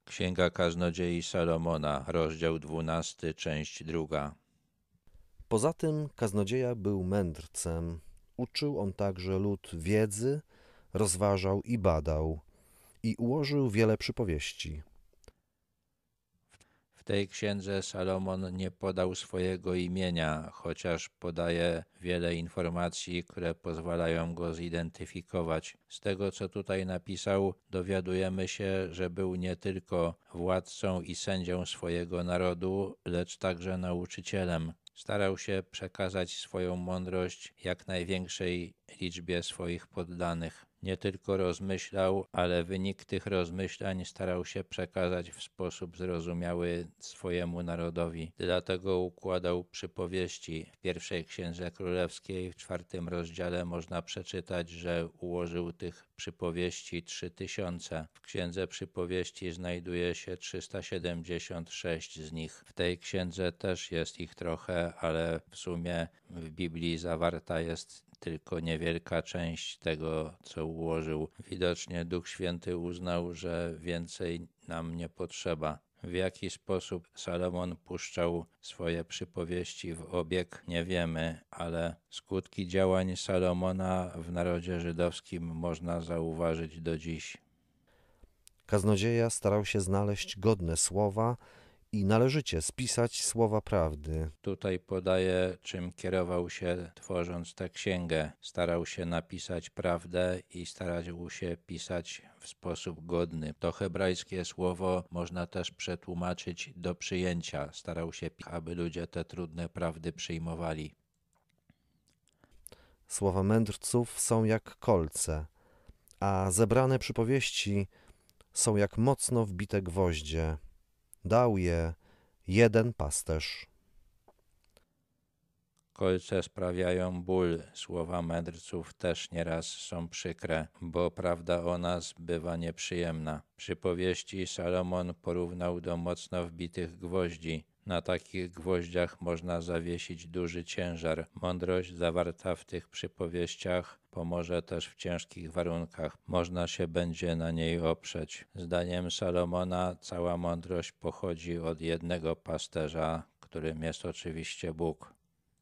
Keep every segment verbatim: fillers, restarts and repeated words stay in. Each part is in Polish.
Księga Kaznodziei Salomona, rozdział dwunasty, część druga. Poza tym kaznodzieja był mędrcem. Uczył on także lud wiedzy, rozważał i badał i ułożył wiele przypowieści. W tej księdze Salomon nie podał swojego imienia, chociaż podaje wiele informacji, które pozwalają go zidentyfikować. Z tego, co tutaj napisał, dowiadujemy się, że był nie tylko władcą i sędzią swojego narodu, lecz także nauczycielem. Starał się przekazać swoją mądrość jak największej liczbie swoich poddanych. Nie tylko rozmyślał, ale wynik tych rozmyślań starał się przekazać w sposób zrozumiały swojemu narodowi. Dlatego układał przypowieści. W pierwszej Księdze Królewskiej, w czwartym rozdziale można przeczytać, że ułożył tych przypowieści trzy tysiące. W Księdze Przypowieści znajduje się trzysta siedemdziesiąt sześć z nich. W tej księdze też jest ich trochę, ale w sumie w Biblii zawarta jest tylko niewielka część tego, co ułożył. Widocznie Duch Święty uznał, że więcej nam nie potrzeba. W jaki sposób Salomon puszczał swoje przypowieści w obieg, nie wiemy, ale skutki działań Salomona w narodzie żydowskim można zauważyć do dziś. Kaznodzieja starał się znaleźć godne słowa i należycie spisać słowa prawdy. Tutaj podaje, czym kierował się, tworząc tę księgę. Starał się napisać prawdę i starał się pisać w sposób godny. To hebrajskie słowo można też przetłumaczyć do przyjęcia. Starał się, aby ludzie te trudne prawdy przyjmowali. Słowa mędrców są jak kolce, a zebrane przypowieści są jak mocno wbite gwoździe. Dał je jeden pasterz. Kolce sprawiają ból, słowa mędrców też nieraz są przykre, bo prawda o nas bywa nieprzyjemna. Przypowieści Salomon porównał do mocno wbitych gwoździ. Na takich gwoździach można zawiesić duży ciężar. Mądrość zawarta w tych przypowieściach pomoże też w ciężkich warunkach. Można się będzie na niej oprzeć. Zdaniem Salomona cała mądrość pochodzi od jednego pasterza, którym jest oczywiście Bóg.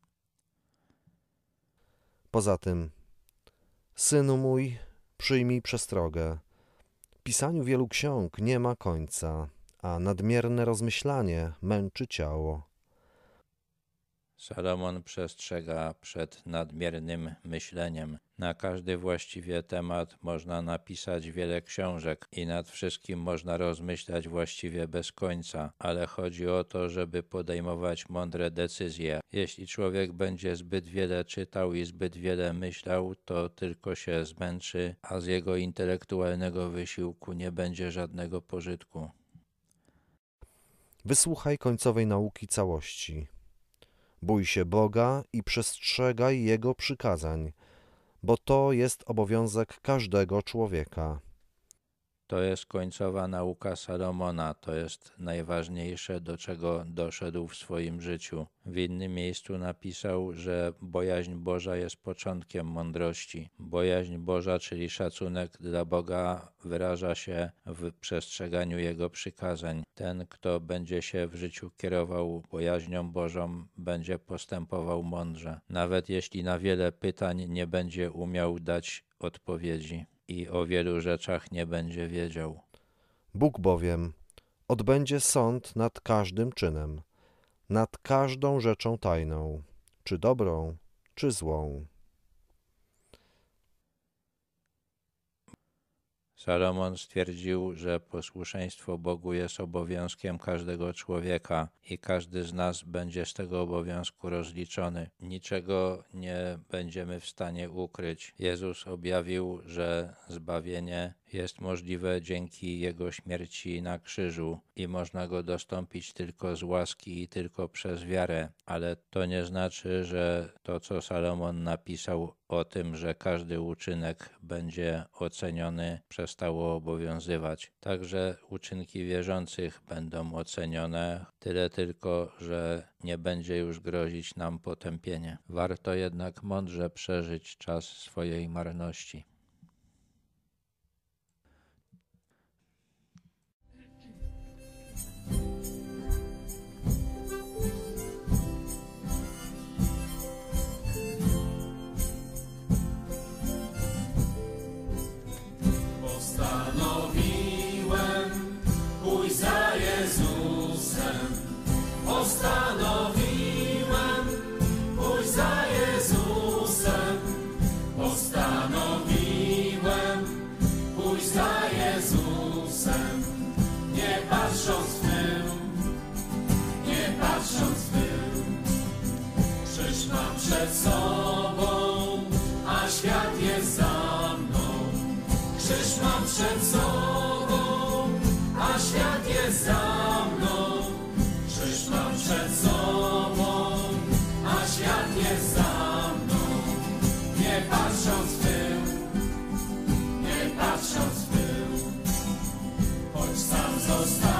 Poza tym, synu mój, przyjmij przestrogę. Pisaniu wielu ksiąg nie ma końca, a nadmierne rozmyślanie męczy ciało. Salomon przestrzega przed nadmiernym myśleniem. Na każdy właściwie temat można napisać wiele książek i nad wszystkim można rozmyślać właściwie bez końca, ale chodzi o to, żeby podejmować mądre decyzje. Jeśli człowiek będzie zbyt wiele czytał i zbyt wiele myślał, to tylko się zmęczy, a z jego intelektualnego wysiłku nie będzie żadnego pożytku. Wysłuchaj końcowej nauki całości. Bój się Boga i przestrzegaj Jego przykazań, bo to jest obowiązek każdego człowieka. To jest końcowa nauka Salomona, to jest najważniejsze, do czego doszedł w swoim życiu. W innym miejscu napisał, że bojaźń Boża jest początkiem mądrości. Bojaźń Boża, czyli szacunek dla Boga, wyraża się w przestrzeganiu Jego przykazań. Ten, kto będzie się w życiu kierował bojaźnią Bożą, będzie postępował mądrze. Nawet jeśli na wiele pytań nie będzie umiał dać odpowiedzi i o wielu rzeczach nie będzie wiedział. Bóg bowiem odbędzie sąd nad każdym czynem, nad każdą rzeczą tajną, czy dobrą, czy złą. Salomon stwierdził, że posłuszeństwo Bogu jest obowiązkiem każdego człowieka i każdy z nas będzie z tego obowiązku rozliczony. Niczego nie będziemy w stanie ukryć. Jezus objawił, że zbawienie jest możliwe dzięki Jego śmierci na krzyżu i można go dostąpić tylko z łaski i tylko przez wiarę, ale to nie znaczy, że to, co Salomon napisał o tym, że każdy uczynek będzie oceniony, przestało obowiązywać. Także uczynki wierzących będą ocenione, tyle tylko, że nie będzie już grozić nam potępienie. Warto jednak mądrze przeżyć czas swojej marności. za Jezusem, nie patrząc w tył, nie patrząc w tył. Krzyż mam przed sobą, a świat jest za mną. Krzyż mam przed sobą, a świat jest za mną. Krzyż mam przed sobą, a świat jest za mną. Nie patrząc w tył, nie patrząc w tył, choć sam zostałem.